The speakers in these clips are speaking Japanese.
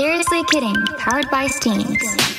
Seriously Kidding, powered by Steams.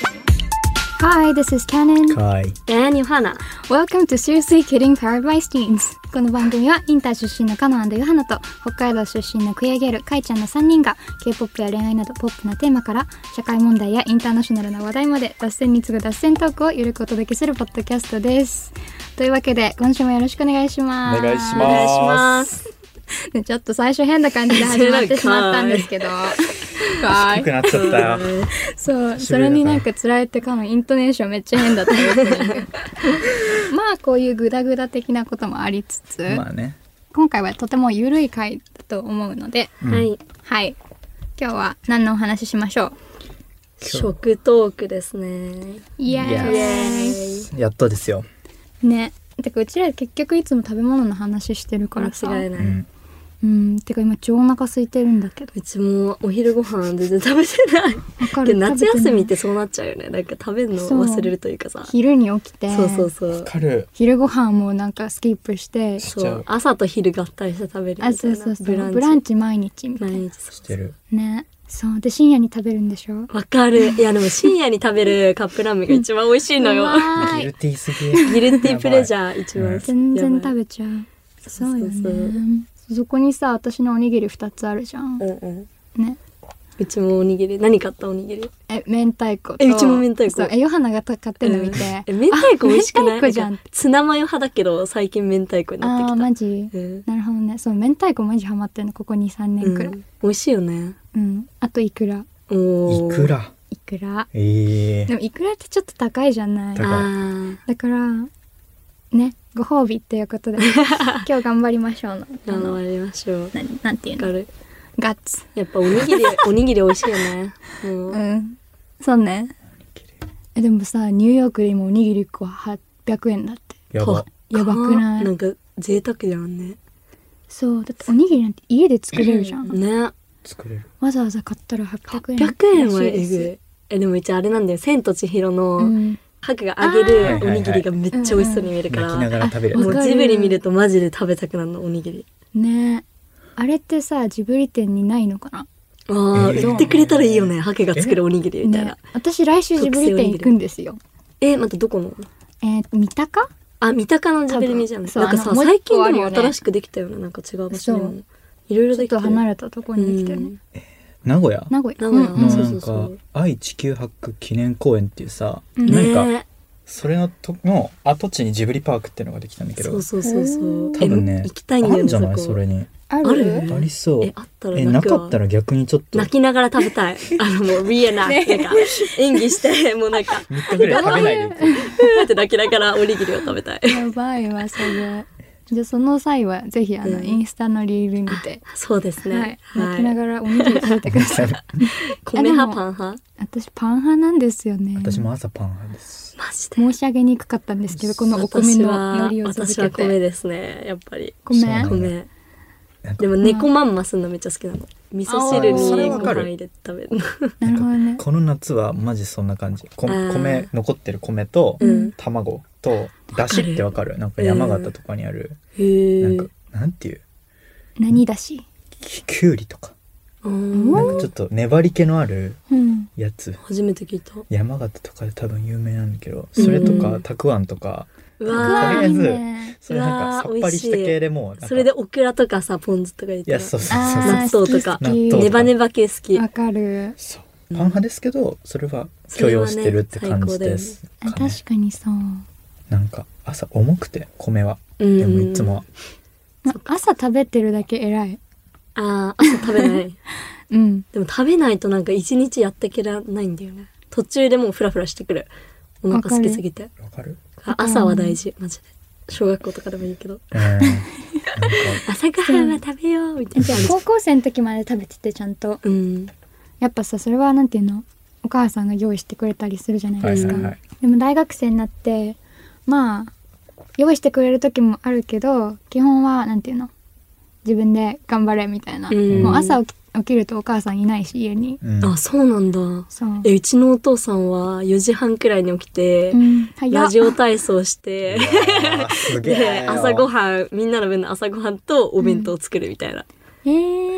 Hi, this is Canon. Hi. And Yohana. Welcome to Seriously Kidding, powered by Steams. この番組はインター出身のカノ&ヨハナと北海道出身のクイアギャルカイちゃんの3人が K-POP や恋愛などポップなテーマから社会問題やインターナショナルな話題まで脱線に次ぐ脱線トークをゆるくお届けするポッドキャストです。というわけで今週もよろしくお願いします。 お願いします。 お願いします。 でちょっと最初変な感じで始まってしまったんですけど低くなっちゃったよ。 そう、それになんかつられてかのイントネーションめっちゃ変だったまあこういうグダグダ的なこともありつつ、 まあね、 今回はとてもゆるい回だと思うので、はい今日は何のお話ししましょう。 食トークですね。 イエーイ。 やっとですよね。てかうちら結局いつも食べ物の話してるからさ、 間違いない。 てか今超お腹空いてるんだけど。 うちもお昼ご飯全然食べてない。 わかる。 で夏休みってそうなっちゃうよね。なんか食べるの忘れるというかさ。 昼に起きて。 そう。 わかる。 昼ご飯もなんかスキップして。 そう朝と昼合体して食べるみたいな。 そうブランチ毎日みたいな。 してる。 ね。そうで深夜に食べるんでしょ。 わかる。いやでも深夜に食べるカップラーメンが一番美味しいのよ。 ギルティーすぎ。 ギルティープレジャー一番。 全然食べちゃう。そうよね。そこにさ私のおにぎり2つあるじゃん。ね。 うちもおにぎり。何買ったおにぎり？ 明太子と。 うちも明太子。 そうヨハナが買ってるの見て。 明太子美味しくない？ 明太子じゃん。 ツナマヨ派だけど最近明太子になってきた。 あーマジ。なるほどね。そう明太子マジハマってるのここ 2,3 年くらい。 美味しいよね。 あとイクラ。 イクラ。 でもイクラってちょっと高いじゃない。だからねご褒美っていうことで今日頑張りましょうの。 頑張りましょう。 なんていうの？ガッツ。 やっぱおにぎり美味しいよね。 そうね。でもさニューヨークで今おにぎり1個は800円だって。 やばくない？ なんか贅沢じゃんね。 そうだっておにぎりなんて家で作れるじゃん。 ね。 作れる。 わざわざ買ったら800円。 800円はえぐい。でもうちあれなんだよ。千と千尋のハクが揚げるおにぎりがめっちゃ美味しそうに見えるから。 泣きながら食べる。 もうジブリ見るとマジで食べたくなるのおにぎり。 ね。あれってさジブリ店にないのかな。 売ってくれたらいいよね。ハケが作るおにぎりみたいな。 私来週ジブリ店行くんですよ。 またどこの？ 三鷹？ 三鷹のジブリ店じゃん。なんかさ最近でも新しくできたよね。なんか違う場所にもいろいろできた。 ちょっと離れたところにできたよね。 名古屋のなんか愛・地球博記念公園っていうさ、なんかそれの跡地にジブリパークっていうのができたんだけど、 そう多分ね行きたいんだよね。 あるんじゃない？それにある？ ありそう。 あったらなかったら逆にちょっと泣きながら食べたい。もうビエナなんか演技してもうなんか 3日ぐらい食べないでって泣きながらおにぎりを食べたい。 やばいわそれ。じゃあその際はぜひインスタのリール見て。 そうですね。 泣きながらおにぎり食べてください。 米派パン派？ 私パン派なんですよね。 私も朝パン派です。 マジで申し上げにくかったんですけどこのお米の海苔を続けて。 私は米ですねやっぱり。 米。 でも猫まんますんのめっちゃ好きなの。味噌汁にご飯入れて食べるの。 なるほどね。 この夏はマジそんな感じ。米残ってる米と卵とだしってわかる？なんか山形とかにあるなんかなんていう？ 何だし？ きゅうりとか。なんかちょっと粘り気のあるやつ。 初めて聞いた。 山形とかで多分有名なんだけど、それとかたくあんとか。とりあえずそれなんかさっぱりした系でもそれでオクラとかさポン酢とか入れてそう納豆とかネバネバ系好き。 わかる。 そうパン派ですけどそれは許容してるって感じです。 確かにそう。 なんか朝重くて米はでもいつも朝食べてるだけ偉い。 朝食べない。でも食べないとなんか一日やっていけらないんだよね。途中でもうフラフラしてくる。お腹空きすぎて。 わかる。 朝は大事マジで。小学校とかでもいいけど。朝ごはんは食べようみたいな。 高校生の時まで食べててちゃんと。やっぱさそれはなんていうのお母さんが用意してくれたりするじゃないですか。でも大学生になってまあ用意してくれる時もあるけど基本はなんていうの自分で頑張れみたいな。もう朝起きるとお母さんいないし家に。 そうなんだ。うちのお父さんは4時半くらいに起きて、ラジオ体操してで朝ごはんみんなの分の朝ごはんとお弁当を作るみたいな。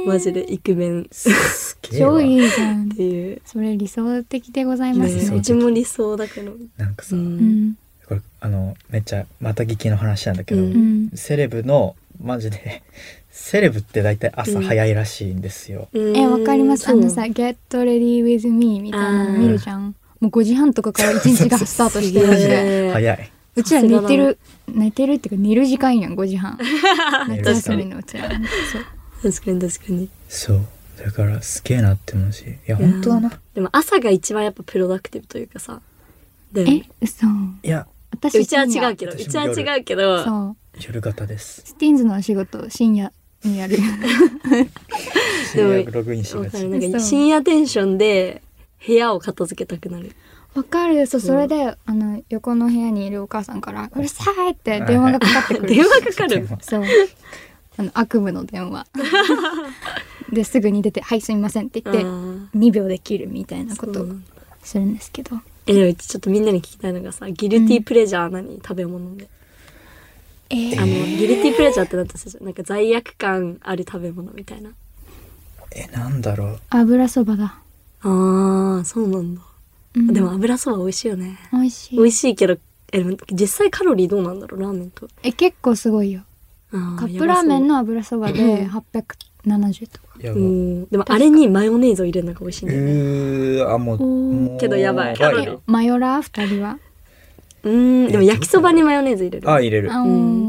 マジでイクメン超いいじゃんっていう。 それ理想的でございますね。 うちも理想だけど。 なんかさ、これめっちゃまた聞きの話なんだけど、セレブのマジでセレブって大体朝早いらしいんですよ。 わかります。さGet Ready With Me みたいなの見るじゃん。もう5時半とかから1日がスタートしてるマジで。 早い。 うちら寝てるっていうか寝る時間やん5時半。夏休みのうちら。 確かに確かに。 そうだからすげえなって思うし、いや本当だな。 でも朝が一番やっぱプロダクティブというかさ。 嘘。 いや私うちは違うけど、 そう夜型です。 スティーンズのお仕事深夜にやる。 深夜ログインしがち。 深夜テンションで部屋を片付けたくなる。 わかる。それで横の部屋にいるお母さんからうるさいって電話がかかってくる。 電話かかる。 そう。悪夢の電話。ですぐに出てはいすみませんって言って2秒で切るみたいなことをするんですけど。 でもちょっとみんなに聞きたいのがさ、ギルティープレジャー何食べ物で。ギルティープレジャーってなったじゃん。なんか罪悪感ある食べ物みたいな。 なんだろう。 油そばだ。 ああ、そうなんだ。でも油そば美味しいよね。 美味しい。 美味しいけど、実際カロリーどうなんだろう、ラーメンと。 結構すごいよ。カップラーメンの油そばで870とか。 でもあれにマヨネーズを入れるのが美味しいんだよね。 もうけどやばい。 マヨラー2人は。 でも焼きそばにマヨネーズ入れる。 入れる。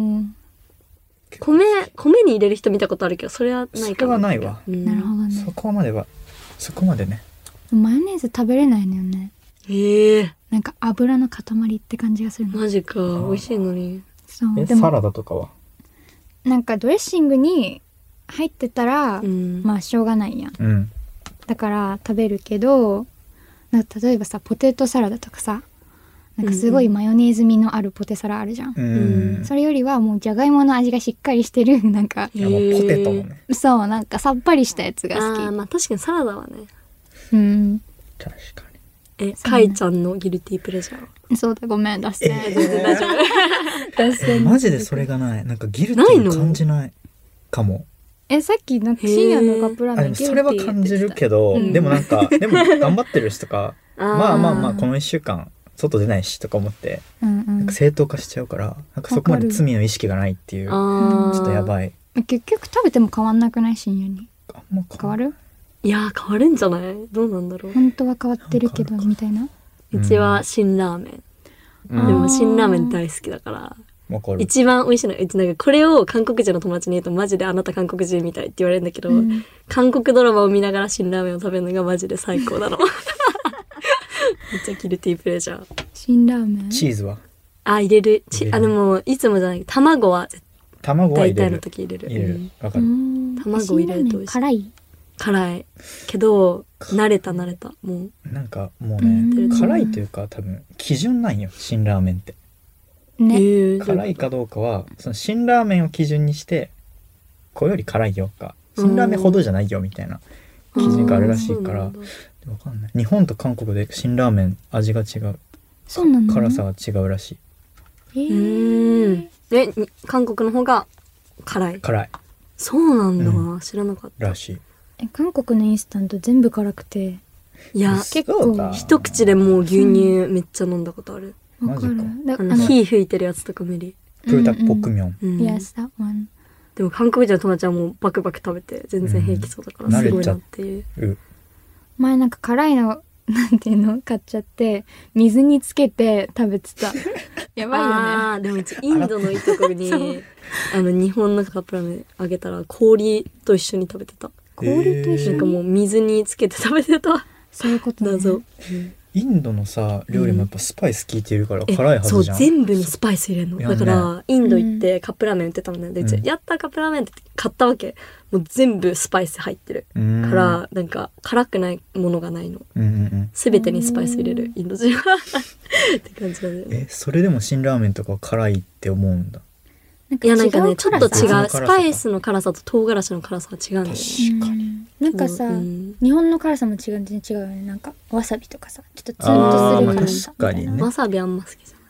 米に入れる人見たことあるけど、それはないかも。 それはないわ。 なるほどね。 そこまでね。 マヨネーズ食べれないのよね。なんか油の塊って感じがするの。 マジか。美味しいのに。 そう。 サラダとかはなんかドレッシングに入ってたら、まあしょうがないやん。だから食べるけど、なんか例えばさポテトサラダとかさ、なんかすごいマヨネーズ味のあるポテサラあるじゃん。それよりはもうじゃがいもの味がしっかりしてるなんか。 いやもうポテトもね。 そうなんかさっぱりしたやつが好き。 まあ確かにサラダはね。 確かに。かいちゃんのギルティープレジャー。 そうだ、ごめん出して。 全然大丈夫。マジでそれがない。なんかギルティー感じないかも。 さっきなんか深夜のカップラーメンそれは感じるけど、でもなんかでも頑張ってる人とかまあこの1週間外出ないしとか思ってなんか正当化しちゃうから、なんかそこまで罪の意識がないっていうちょっとやばい。 結局食べても変わんなくない？深夜に変わる？ いや変わるんじゃない？どうなんだろう。 本当は変わってるけどみたいな。 うちは辛ラーメン。でも辛ラーメン大好きだから。一番美味しいのがなんかこれを韓国人の友達に言うとマジであなた韓国人みたいって言われるんだけど、韓国ドラマを見ながら辛ラーメンを食べるのがマジで最高なの。めっちゃギルティープレジャー。 辛ラーメンチーズは入れる。でもいつもじゃない、卵は大体の時入れる。 わかる。 卵入れると美味しい。辛いけど慣れたもうなんかもうね辛いというか多分基準ないよ辛ラーメンってね。辛いかどうかはその辛ラーメンを基準にしてこれより辛いよか辛ラーメンほどじゃないよみたいな基準があるらしいからわかんない。日本と韓国で辛ラーメン味が違う。 そうなの？ 辛さが違うらしい。で韓国の方が辛い。そうなんだ、知らなかったらしい。 韓国のインスタント全部辛くて、 いや結構一口でもう牛乳めっちゃ飲んだことある。 わかる。 火吹いてるやつとか無理。 プルタクポックミョン。 Yes, that one。 でも韓国人の友達はもうバクバク食べて全然平気そうだからすごいなっていう。 前なんか辛いのなんていうの買っちゃって水につけて食べてた。やばいよね。 でもインドのいいところに日本のカップラーメンあげたら氷と一緒に食べてた。 氷と一緒になんかもう水につけて食べてた。 そういうことね。 謎。 インドのさ料理もやっぱスパイス効いてるから辛いはずじゃん。 そう全部にスパイス入れるの。だからインド行ってカップラーメン売ってたのね。でやったカップラーメンって買ったわけ。もう全部スパイス入ってるからなんか辛くないものがないの。全てにスパイス入れるインド人はって感じなんだよね。 それでも辛ラーメンとかは辛いって思うんだ。 いやなんかねちょっと違う。スパイスの辛さと唐辛子の辛さが違うんだよね。 確かに。 なんかさ、日本の辛さも全然違うよね。なんかわさびとかさちょっとツンとする辛さみたいな。 わさびあんま好きじゃない。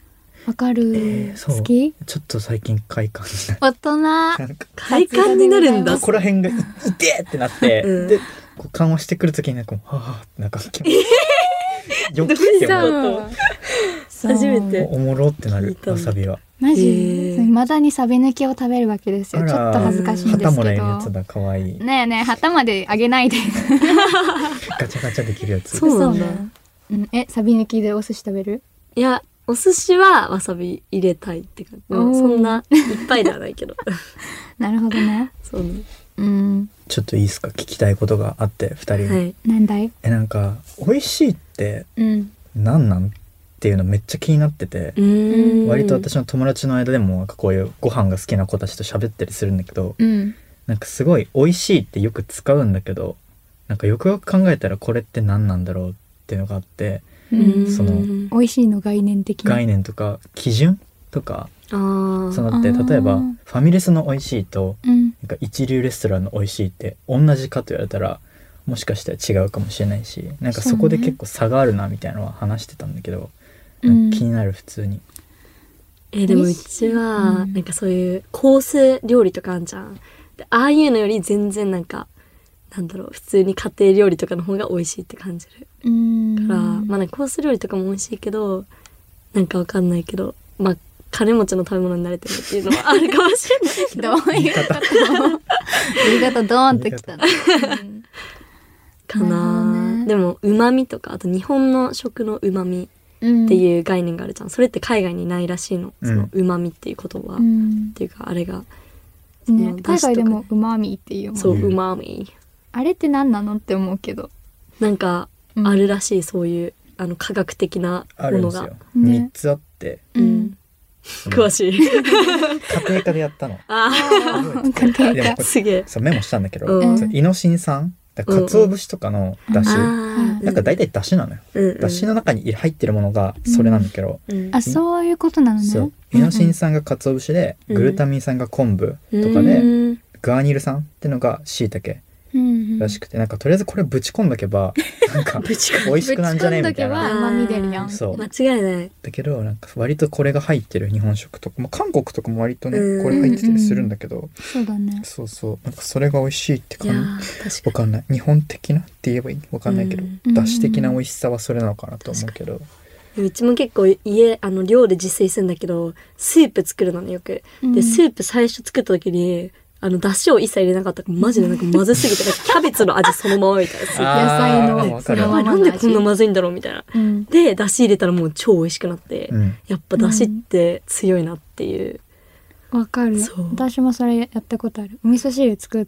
わかる、好き。 ちょっと最近快感になる。 大人。 なんか快感になるんだ。 ここら辺が痛えってなって、でこう緩和してくるときになんかはあってなんかよくって思う。 初めておもろってなるわさびは。 マジ未だにサビ抜きを食べるわけですよ。ちょっと恥ずかしいんですけど。 旗もらえるやつだ、かわいい。 ねえねえ、旗まであげないで。 ガチャガチャできるやつ。 そうなんだ。 サビ抜きでお寿司食べる？ いや、お寿司はわさび入れたいって感じ。そんないっぱいではないけど。 なるほどね。 そうね。 ちょっといいですか、聞きたいことがあって2人に。 はい。なんだい？ なんか美味しいってなんなんっていうのめっちゃ気になってて、割と私の友達の間でもなんかこういうご飯が好きな子たちと喋ったりするんだけど、なんかすごい美味しいってよく使うんだけど、なんかよくよく考えたらこれって何なんだろうっていうのがあって、その美味しいの概念的な概念とか基準とか、そのって例えばファミレスの美味しいと、なんか一流レストランの美味しいって同じかと言われたらもしかしたら違うかもしれないし、なんかそこで結構差があるなみたいなのは話してたんだけど、なんか気になる普通に。 でもうちはなんかそういうコース料理とかあんじゃん。でああいうのより全然なんかなんだろう、普通に家庭料理とかの方が美味しいって感じるからまあなんかコース料理とかも美味しいけど、なんかわかんないけど、まあ金持ちの食べ物に慣れてるっていうのはあるかもしれないけどどういうこと言い方ドーンときたのかな。でも旨味とか、あと日本の食の旨味っていう概念があるじゃん。それって海外にないらしいの、その旨味っていう言葉、っていうかあれが、 ね、海外でも旨味っていうもん。 そう、旨味。 あれって何なのって思うけど、 なんかあるらしい、そういう科学的なものが 3つあって、 詳しい家庭科でやったの。 家庭科すげえ。 そうメモしたんだけど、イノシン酸鰹節とかの出汁、なんか大体出汁なのよ。出汁の中に入ってるものがそれなんだけど、 あ、そういうことなのね。 そう、イノシン酸が鰹節で、グルタミン酸が昆布とかで、グアニル酸ってのが椎茸らしくて、なんかとりあえずこれぶち込んどけばなんか美味しくなんじゃねみたいな。 旨味出るやん。 そう間違いない。 だけどなんか割とこれが入ってる日本食とか、まあ、韓国とかも割とねこれ入ってたりするんだけど、 そうだね。 そうそう、なんかそれが美味しいって感じ。わかんない、日本的なって言えばいい、わかんないけど、出汁的な美味しさはそれなのかなと思うけど。 うちも結構寮で自炊するんだけど、スープ作るのねよく。でスープ最初作った時に出汁を一切入れなかったからマジでなんかまずすぎて、キャベツの味そのままみたいな。 野菜のそのままの味。なんでこんなまずいんだろうみたいな。で出汁入れたらもう超美味しくなって、やっぱ出汁って強いなっていう。 わかる。私もそれやったことある。お味噌汁作って、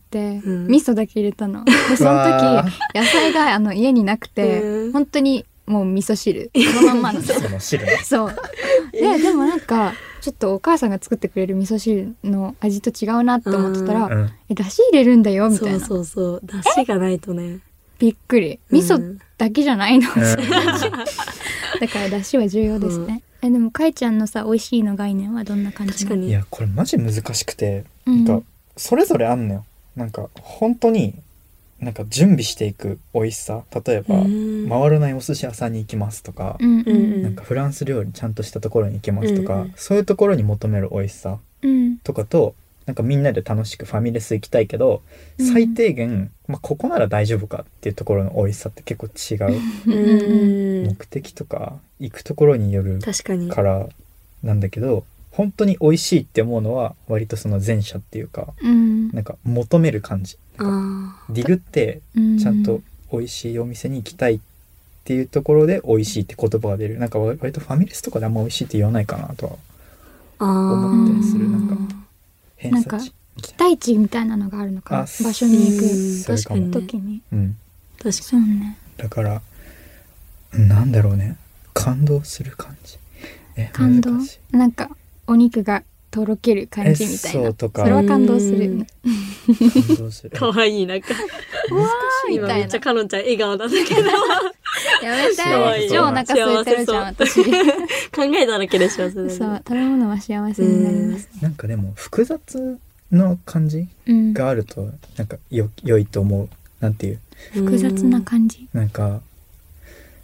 味噌だけ入れたの。でその時野菜が家になくて、本当にもう味噌汁そのまんまのその汁ね。 そうでもなんかちょっとお母さんが作ってくれる味噌汁の味と違うなって思ってたら、だし入れるんだよみたいな。 そうそうそう、だしがないとね。 びっくり。味噌だけじゃないの。だからだしは重要ですね。でもかいちゃんのさ美味しいの概念はどんな感じなの？ いやこれマジ難しくて、なんかそれぞれあんのよ。なんか本当になんか準備していく美味しさ、例えば回らないお寿司屋さんに行きますとか、なんかフランス料理ちゃんとしたところに行きますとか、そういうところに求める美味しさとかと、なんかみんなで楽しくファミレス行きたいけど、最低限、まあ、ここなら大丈夫かっていうところの美味しさって結構違う。目的とか行くところによるからなんだけど、本当に美味しいって思うのは割とその前者っていうか、なんか求める感じ。なんかディグってちゃんと美味しいお店に行きたいっていうところで美味しいって言葉が出る。なんか割とファミレスとかであんま美味しいって言わないかなとは思ったりする。なんか偏差値期待値みたいなのがあるのかな、場所に行く確かに時に。 確かにそうね。 だからなんだろうね、感動する感じ。 感動、なんかお肉がとろける感じみたいな。それは感動する。 感動する。 可愛いなんか。今めっちゃかのんちゃん笑顔なんだけど。 やめて。超お腹空いてるじゃん私。考えただけで幸せだね。 そう、食べ物は幸せになります。 なんかでも複雑の感じがあるとなんか良いと思う。なんていう。 複雑な感じ。 なんか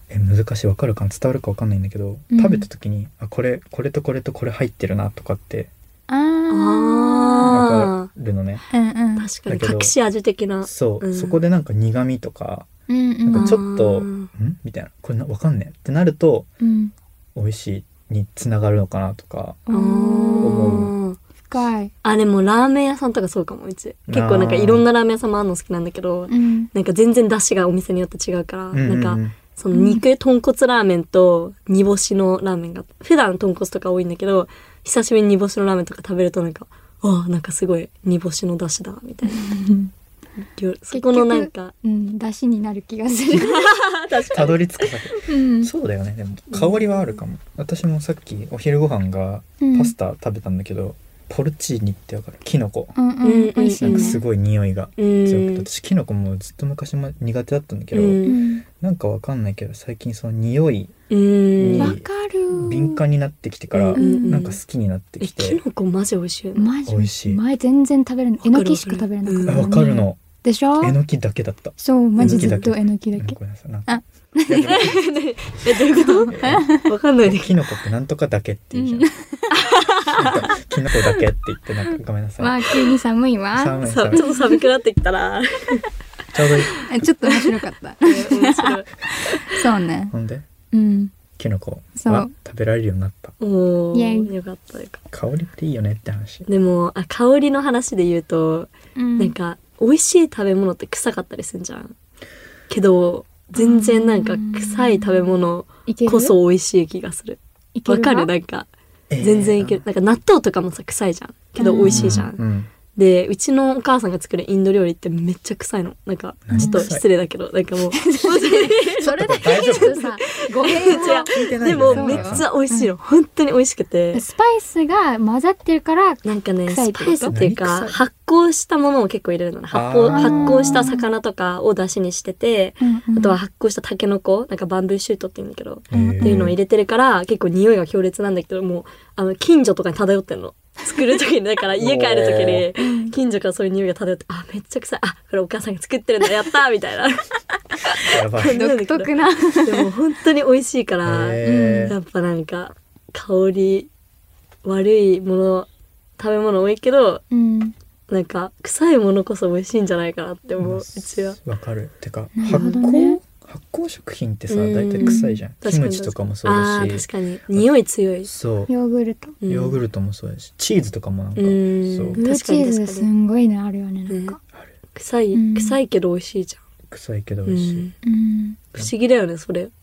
難しい、わかるかな、伝わるかわかんないんだけど、食べた時にこれとこれとこれ入ってるなとかってわかるのね。 確かに隠し味的な。 そう、そこでなんか苦味とか、なんかちょっとみたいな、これわかんねえってなると、美味しいにつながるのかなとか思う。 深い。 でもラーメン屋さんとかそうかも。うち結構なんかいろんなラーメン屋さんもあるの好きなんだけど、なんか全然出汁がお店によって違うから、なんかその豚骨ラーメンと煮干しのラーメンが、普段豚骨とか多いんだけど、久しぶりに煮干しのラーメンとか食べるとなんか、なんかすごい煮干しの出汁だみたいな。そこのなんか、 出汁になる気がする。 たどり着く先、そうだよね。でも香りはあるかも。私もさっきお昼ご飯がパスタ食べたんだけど、ポルチーニってわかる？キノコ。なんかすごい匂いが強くて、私キノコもずっと昔も苦手だったんだけど、なんかわかんないけど最近その匂いに敏感になってきてから、なんか好きになってきて。 キノコマジ美味しい。 マジ美味しい。 前全然食べれない。えのきしか食べれなかった。 わかるの。 でしょ？ えのきだけだった。 そう、マジずっとえのきだけ。 ごめんなさい。 どういうことわかんないで。 キノコってなんとかだけって言うじゃん。キノコだけって言ってなんかごめんなさい。 まあ急に寒いわ。 寒い。 ちょっと寒くなってきたらちょうどいい。 ちょっと面白かった。 面白い。 そうね。 ほんで、キノコは食べられるようになった。 よかったよかった。 香りっていいよねって話。 でも香りの話で言うと、なんか美味しい食べ物って臭かったりするじゃん。けど全然なんか臭い食べ物こそ美味しい気がする。わかる？なんか全然いける。なんか納豆とかもさ臭いじゃん。けど美味しいじゃん。でうちのお母さんが作るインド料理ってめっちゃ臭いの。なんかちょっと失礼だけど、なんかもうそれだけちょっとさ語弊がでもめっちゃ美味しいの。本当に美味しくて、 スパイスが混ざってるからなんかね、スパイスっていうか発酵したものを結構入れるのね。発酵した魚とかを出汁にしてて、あとは発酵したタケノコ、なんかバンブーシュートって言うんだけど、っていうのを入れてるから結構匂いが強烈なんだけど、もう近所とかに漂ってんの。作る時に、だから家帰る時に近所からそういう匂いが漂って、めっちゃ臭い、これお母さんが作ってるんだ、やったみたいな独特な。 でも本当に美味しいから、やっぱなんか香り悪いもの、食べ物多いけど、なんか臭いものこそ美味しいんじゃないかなって思う。うちはわかる。てか発酵食品ってさ、大体臭いじゃん。キムチとかもそうだし。 確かに匂い強い。 そう。 ヨーグルト。 ヨーグルトもそうだし、チーズとかもなんか、そう。 ブルーチーズすんごいのあるよね、なんか。 臭いけど美味しいじゃん。 臭いけど美味しい。 不思議だよね、それって。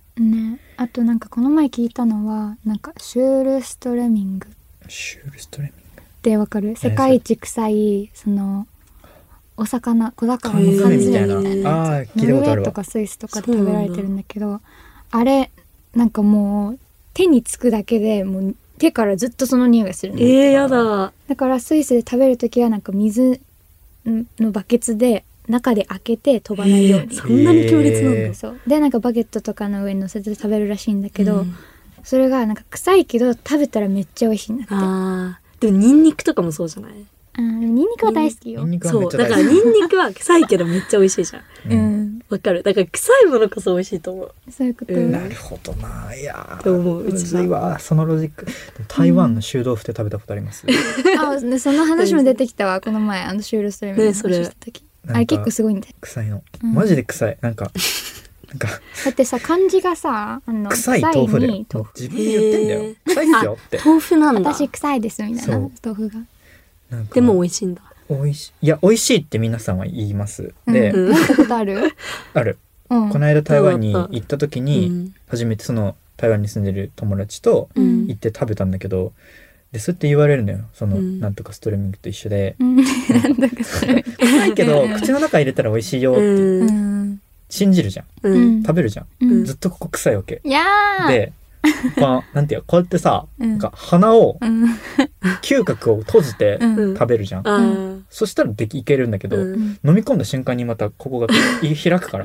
ね。あとなんかこの前聞いたのは、なんかシュールストレミング。 シュールストレミングってわかる？世界一臭いそのお魚、小魚の缶詰みたいなやつ、ノルウェーとかスイスとかで食べられてるんだけど、あれなんかもう手につくだけでもう手からずっとその匂いがするんだ。 やだ。 だからスイスで食べるときはなんか水のバケツで中で開けて飛ばないように、 そんなに強烈なんだ。 そうでなんかバゲットとかの上に乗せて食べるらしいんだけど、それがなんか臭いけど食べたらめっちゃ美味しいんだって。 でもニンニクとかもそうじゃない？ でもニンニクは大好きよ。 そうだからニンニクは臭いけどめっちゃ美味しいじゃん。わかる。だから臭いものこそ美味しいと思う。 そういうこと。 なるほどな。いやと思う。 うちはそのロジック。台湾の臭豆腐って食べたことあります？ その話も出てきたわこの前シュールストレミングの話した時。あれ結構すごいんだよ。 臭いの。マジで臭い。なんかだってさ漢字がさ臭い豆腐で自分で言ってんだよ。臭いっすよって。 豆腐なんだ。 私臭いですみたいな豆腐が。 でも美味しいんだ。 美味しい。いや美味しいって皆さんは言います。で、 飲んだことある？ ある。この間台湾に行った時に初めてその台湾に住んでる友達と行って食べたんだけど、でそうやって言われるのよ。そのなんとかストレミングと一緒で、臭いけど口の中入れたら美味しいよって信じるじゃん。食べるじゃん。ずっとここ臭いわけ。で。なんていうこうやってさ、なんか鼻を嗅覚を閉じて食べるじゃん。そしたらいけるんだけど、飲み込んだ瞬間にまたここが開くから、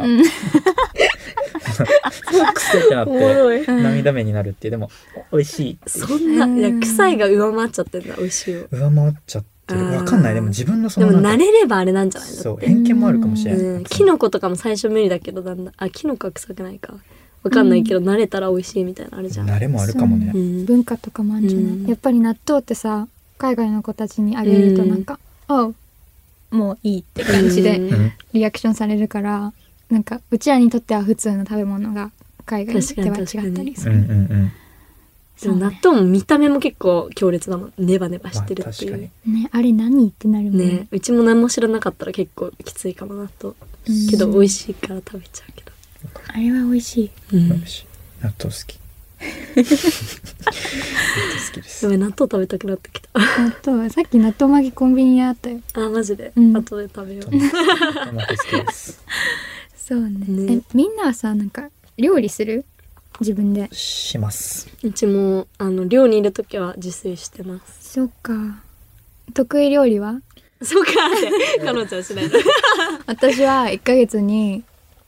臭ってなって涙目になるっていう。でも美味しい。 そんな、いや臭いが上回っちゃってんだ。美味しいよ。 上回っちゃってる。わかんない。でも自分のそのでも慣れればあれなんじゃないの？ そう偏見もあるかもしれない。 キノコとかも最初無理だけどだんだんキノコは臭くないか。 わかんないけど、慣れたら美味しいみたいなのあるじゃん。 慣れもあるかもね。 文化とかもあるんじゃない、やっぱり納豆ってさ海外の子たちにあげるとなんか「あもういい」って感じでリアクションされるから、なんかうちらにとっては普通の食べ物が海外にとっては違ったりする。 でも納豆も見た目も結構強烈だもん。ネバネバしてるっていう、 ね、あれ何ってなるもんね。うちも何も知らなかったら結構きついかも納豆、けど美味しいから食べちゃうけど、 あれは美味しい、 納豆好き納豆好きです。 でも納豆食べたくなってきた。 納豆さっき納豆巻きコンビニにあったよ。 あ、マジで、後で食べよう。 納豆好きです。 そうね。みんなはさ、なんか料理する？自分でします。 うちも寮にいるときは自炊してます。 そっか。得意料理は？ そうかって彼女はしないの。 私は1ヶ月に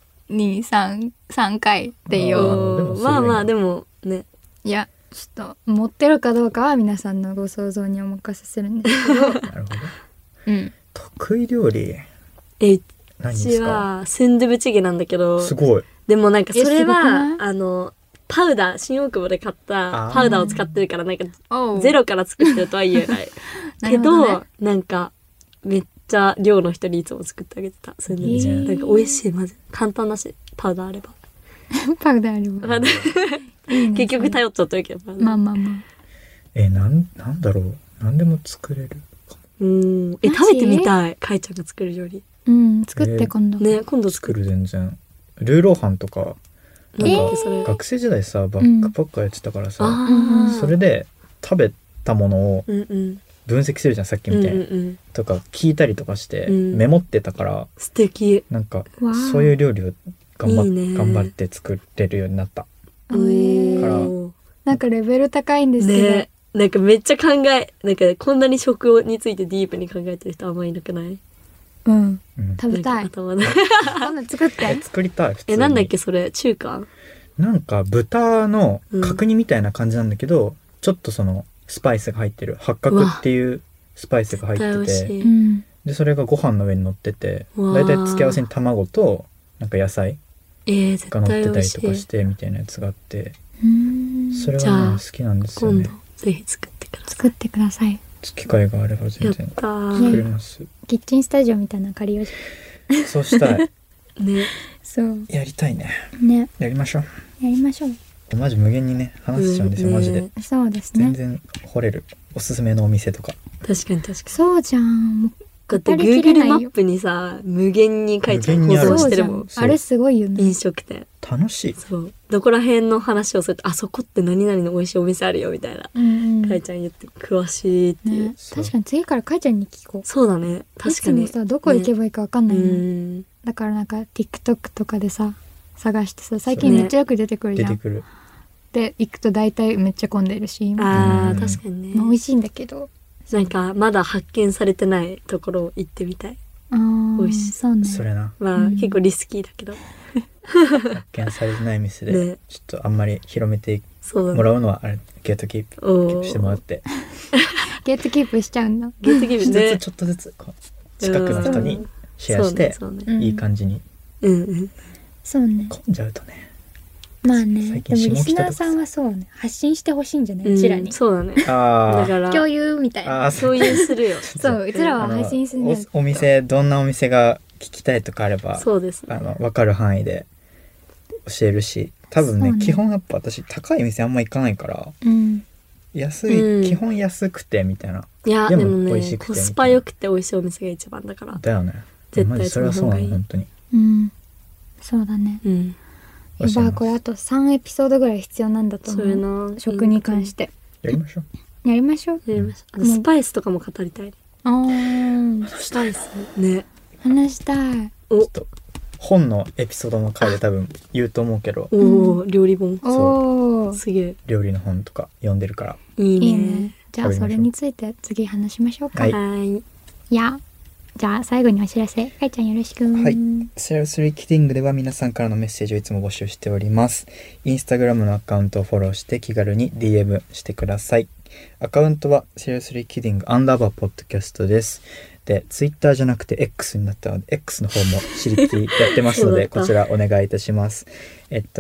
3回っていう。 まあまあでもね。 いやちょっと持ってるかどうかは皆さんのご想像にお任せするんですけど。なるほど。 うん。得意料理。 うちはスンドゥブチゲなんだけど。 すごい。 でもなんかそれはパウダー、新大久保で買ったパウダーを使ってるから、なんかゼロから作ってるとは言えないけど、なんかめっちゃ寮の人にいつも作ってあげてた。それでなんか美味しい。まず簡単だし、パウダーあれば。 パウダーあれば結局頼っちゃったけど。 まあまあまあ。 なんだろう。何でも作れるかも。 食べてみたい。かいちゃんが作る料理。 作って今度。 ね、今度作る。全然。ルーローハンとか。学生時代さバックパッカーやってたからさ、それで食べたものを分析するじゃん、さっきみたいに、とか聞いたりとかしてメモってたから、 素敵。 なんかそういう料理を頑張って作れるようになったから、 なんかレベル高いんですね。 なんかめっちゃなんかこんなに食についてディープに考えてる人あんまりいなくない？ 食べたい。今度作って。 作りたい。普通に。 なんだっけそれ、中華？ なんか豚の角煮みたいな感じなんだけど、ちょっとそのスパイスが入ってる八角っていうスパイスが入ってて、でそれがご飯の上に乗ってて、だいたい付け合わせに卵となんか野菜が乗ってたりとかしてみたいなやつがあって、それが好きなんですよね。 今度ぜひ作ってください。 作ってください。 機会があれば全然作れます。 キッチンスタジオみたいな借りよう。 そうしたい。 ね。 そう。 やりたいね。 ね。 やりましょう。 やりましょう。 マジ無限にね話せちゃうんですよ、マジで。 そうですね。 全然掘れる。おすすめのお店とか。 確かに確かに。 そうじゃん。 だって Google マップにさ無限に書いて保存してるもん。 あれすごいよね。 飲食店。 楽しい。 そう。どこら辺の話をすると、あそこって何々の美味しいお店あるよみたいな。かいちゃん言って詳しいっていう。 確かに次からかいちゃんに聞こう。 そうだね。確かに。 いつもさどこ行けばいいかわかんないの。だからなんか TikTok とかでさ探してさ、最近めっちゃよく出てくるじゃん。 出てくる。 で行くと大体めっちゃ混んでるし。 ああ確かにね。 美味しいんだけど。 なんかまだ発見されてないところを行ってみたい。美味しい。 そうね。 それな。 まあ結構リスキーだけど。 発見されてない店でちょっとあんまり広めてもらうのはあれゲートキープしてもらって。 ゲートキープしちゃうんだ。 ゲートキープね。 ちょっとずつ近くの人にシェアしていい感じに。 そうね。 混んじゃうとね。 まあね。でもリスナーさんはそうね。発信してほしいんじゃない？うちらに。 そうだね。だから共有みたいな。 共有するよ。 そう、うちらは配信する。 お店どんなお店が聞きたいとかあれば、 そうですね。 分かる範囲で教えるし、多分ね基本やっぱ私高い店あんま行かないから、安い基本安くてみたいな。 いやでもねコスパ良くて美味しいお店が一番だから。 だよね。 絶対それはそうなの本当に。 そうだね。やばいこれあと3エピソードぐらい必要なんだと思う。食に関して。 やりましょう。やりましょう。 スパイスとかも語りたい。スパイスね。 話したい。 ちょっと本のエピソードの回で多分言うと思うけど。 料理本。 そう。 すげえ。 料理の本とか読んでるから。 いいね。じゃあそれについて次話しましょうか。 はい。 いや。じゃあ最後にお知らせ、かいちゃんよろしく。 はい。Seriously Kidding では皆さんからのメッセージをいつも募集しております。インスタグラムのアカウントをフォローして気軽に DM してください。アカウントは Seriously Kidding _podcast です。で、Twitter じゃなくて X になったので、X の方も知りきやってますので、こちらお願いいたします。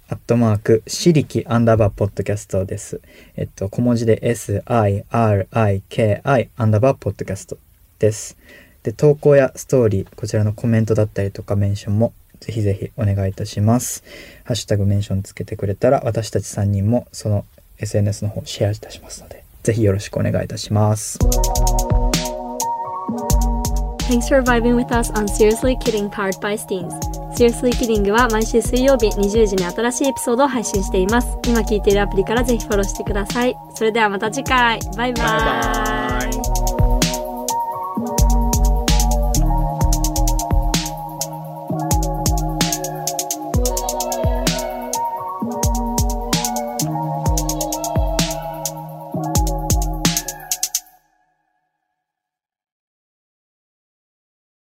シリキ_podcast です。小文字で SIRIKI_podcast です。で、投稿やストーリー、こちらのコメントだったりとかメンションもぜひぜひお願いいたします。ハッシュタグメンションつけてくれたら、私たち3人もその SNS の方シェアいたしますので、ぜひよろしくお願いいたします。 Thanks for vibing with us on Seriously Kidding powered by Steens。Seriously Kidding は毎週水曜日20時に新しいエピソードを配信しています。今聞いているアプリからぜひフォローしてください。それではまた次回。バイバイ。